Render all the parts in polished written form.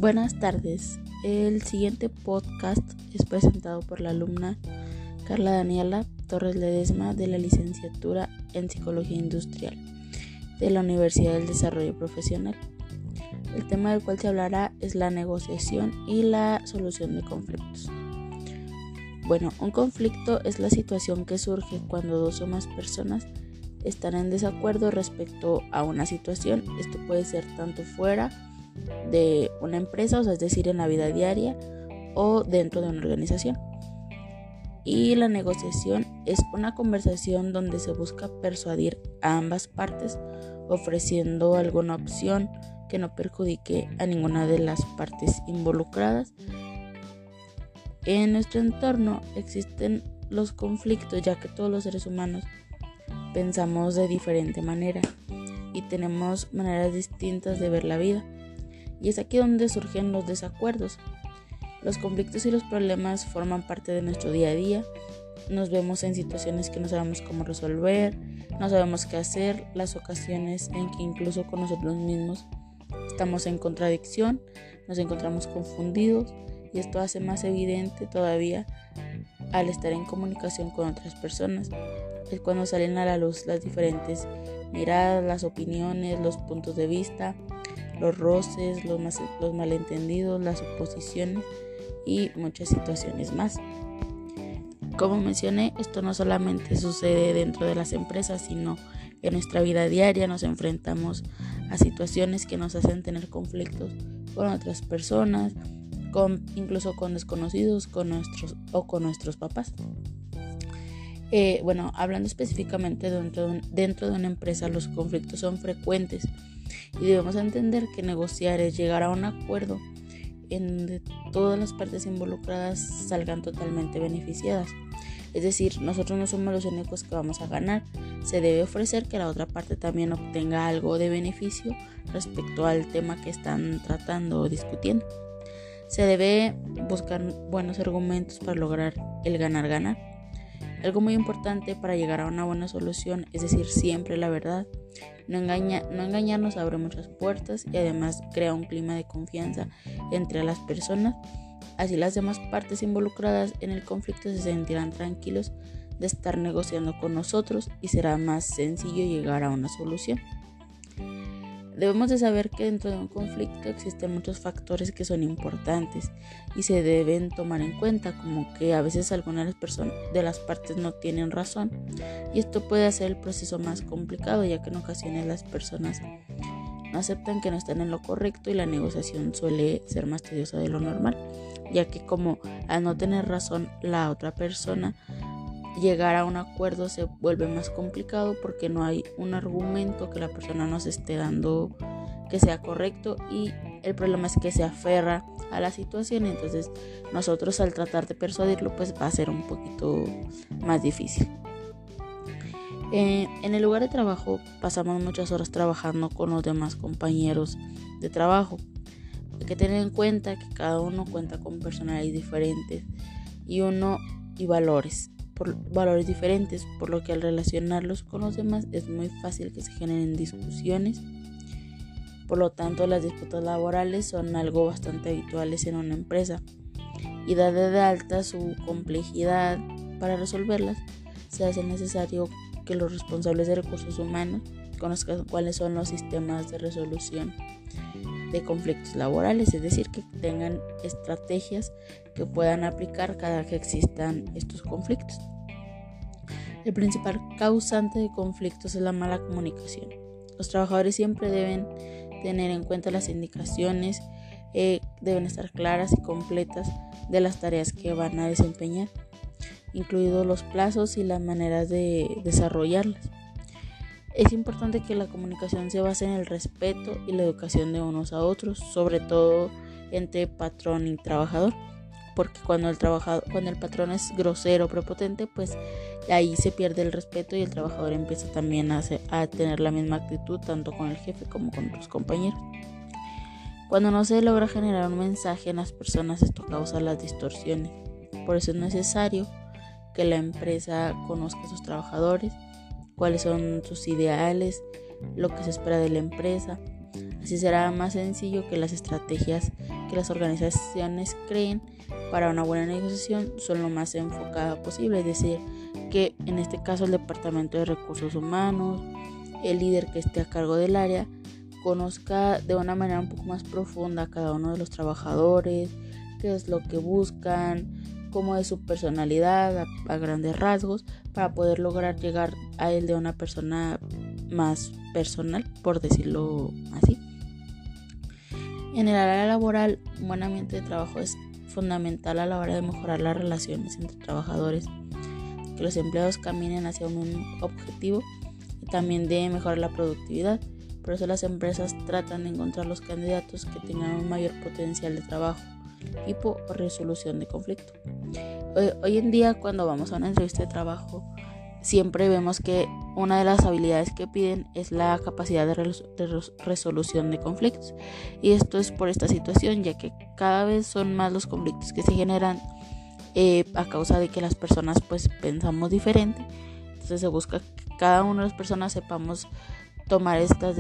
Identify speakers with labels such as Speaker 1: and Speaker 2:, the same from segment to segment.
Speaker 1: Buenas tardes. El siguiente podcast es presentado por la alumna Carla Daniela Torres Ledesma de la licenciatura en Psicología Industrial de la Universidad del Desarrollo Profesional. El tema del cual se hablará es la negociación y la solución de conflictos. Bueno, un conflicto es la situación que surge cuando dos o más personas están en desacuerdo respecto a una situación. Esto puede ser tanto fuera de una empresa, es decir, en la vida diaria o dentro de una organización. Y la negociación es una conversación donde se busca persuadir a ambas partes ofreciendo alguna opción que no perjudique a ninguna de las partes involucradas. En nuestro entorno existen los conflictos, ya que todos los seres humanos pensamos de diferente manera y tenemos maneras distintas de ver la vida. Y es aquí donde surgen los desacuerdos. Los conflictos y los problemas forman parte de nuestro día a día. Nos vemos en situaciones que no sabemos cómo resolver, no sabemos qué hacer, las ocasiones en que incluso con nosotros mismos estamos en contradicción, nos encontramos confundidos, y esto hace más evidente todavía al estar en comunicación con otras personas. Es cuando salen a la luz las diferentes miradas, las opiniones, los puntos de vista, los roces, los malentendidos, las oposiciones y muchas situaciones más. Como mencioné, esto no solamente sucede dentro de las empresas, sino en nuestra vida diaria nos enfrentamos a situaciones que nos hacen tener conflictos con otras personas, incluso con desconocidos, con nuestros papás. Hablando específicamente dentro de una empresa, los conflictos son frecuentes y debemos entender que negociar es llegar a un acuerdo en donde todas las partes involucradas salgan totalmente beneficiadas. Es decir, nosotros no somos los únicos que vamos a ganar. Se debe ofrecer que la otra parte también obtenga algo de beneficio respecto al tema que están tratando o discutiendo. Se debe buscar buenos argumentos para lograr el ganar-ganar. Algo muy importante para llegar a una buena solución es decir siempre la verdad. No engañarnos abre muchas puertas y además crea un clima de confianza entre las personas. Así las demás partes involucradas en el conflicto se sentirán tranquilos de estar negociando con nosotros y será más sencillo llegar a una solución. Debemos de saber que dentro de un conflicto existen muchos factores que son importantes y se deben tomar en cuenta, como que a veces algunas de las partes no tienen razón, y esto puede hacer el proceso más complicado, ya que en ocasiones las personas no aceptan que no están en lo correcto y la negociación suele ser más tediosa de lo normal, ya que como al no tener razón la otra persona, llegar a un acuerdo se vuelve más complicado porque no hay un argumento que la persona nos esté dando que sea correcto, y el problema es que se aferra a la situación, entonces nosotros al tratar de persuadirlo pues va a ser un poquito más difícil. En el lugar de trabajo pasamos muchas horas trabajando con los demás compañeros de trabajo. Hay que tener en cuenta que cada uno cuenta con personalidades diferentes y valores diferentes, por lo que al relacionarlos con los demás es muy fácil que se generen discusiones. Por lo tanto, las disputas laborales son algo bastante habituales en una empresa, y dada de alta su complejidad para resolverlas, se hace necesario que los responsables de recursos humanos conozcan cuáles son los sistemas de resolución de conflictos laborales, es decir, que tengan estrategias que puedan aplicar cada que existan estos conflictos. El principal causante de conflictos es la mala comunicación. Los trabajadores siempre deben tener en cuenta las indicaciones, deben estar claras y completas de las tareas que van a desempeñar, incluidos los plazos y las maneras de desarrollarlas. Es importante que la comunicación se base en el respeto y la educación de unos a otros, sobre todo entre patrón y trabajador, porque cuando el patrón es grosero o prepotente, pues ahí se pierde el respeto y el trabajador empieza también a tener la misma actitud tanto con el jefe como con otros compañeros. Cuando no se logra generar un mensaje en las personas, esto causa las distorsiones. Por eso es necesario que la empresa conozca a sus trabajadores, cuáles son sus ideales, lo que se espera de la empresa, Así será más sencillo que las estrategias que las organizaciones creen para una buena negociación son lo más enfocada posible, es decir, que en este caso el departamento de recursos humanos, el líder que esté a cargo del área, conozca de una manera un poco más profunda a cada uno de los trabajadores, qué es lo que buscan, cómo es su personalidad a grandes rasgos, para poder lograr llegar a él de una persona más personal, por decirlo así. En el área laboral, un buen ambiente de trabajo es fundamental a la hora de mejorar las relaciones entre trabajadores, que los empleados caminen hacia un mismo objetivo y también de mejorar la productividad. Por eso las empresas tratan de encontrar los candidatos que tengan un mayor potencial de trabajo, equipo o resolución de conflicto. Hoy en día, cuando vamos a una entrevista de trabajo, siempre vemos que una de las habilidades que piden es la capacidad de resolución de conflictos. Y esto es por esta situación, ya que cada vez son más los conflictos que se generan a causa de que las personas pues pensamos diferente. Entonces se busca que cada una de las personas sepamos tomar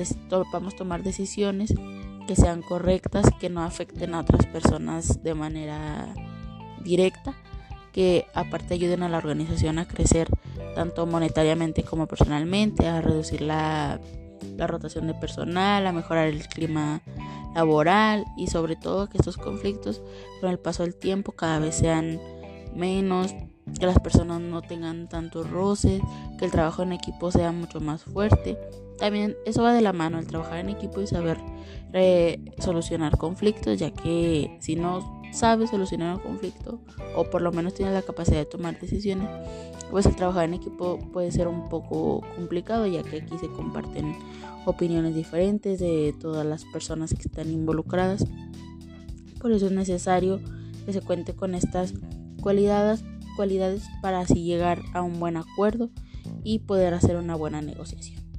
Speaker 1: decisiones que sean correctas, que no afecten a otras personas de manera directa, que aparte ayuden a la organización a crecer tanto monetariamente como personalmente, a reducir la rotación de personal, a mejorar el clima laboral y sobre todo que estos conflictos con el paso del tiempo cada vez sean menos, que las personas no tengan tantos roces, que el trabajo en equipo sea mucho más fuerte. También eso va de la mano, el trabajar en equipo y saber solucionar conflictos, ya que si no sabes solucionar un conflicto o por lo menos tienes la capacidad de tomar decisiones, pues el trabajar en equipo puede ser un poco complicado, ya que aquí se comparten opiniones diferentes de todas las personas que están involucradas. Por eso es necesario que se cuente con estas cualidades para así llegar a un buen acuerdo y poder hacer una buena negociación.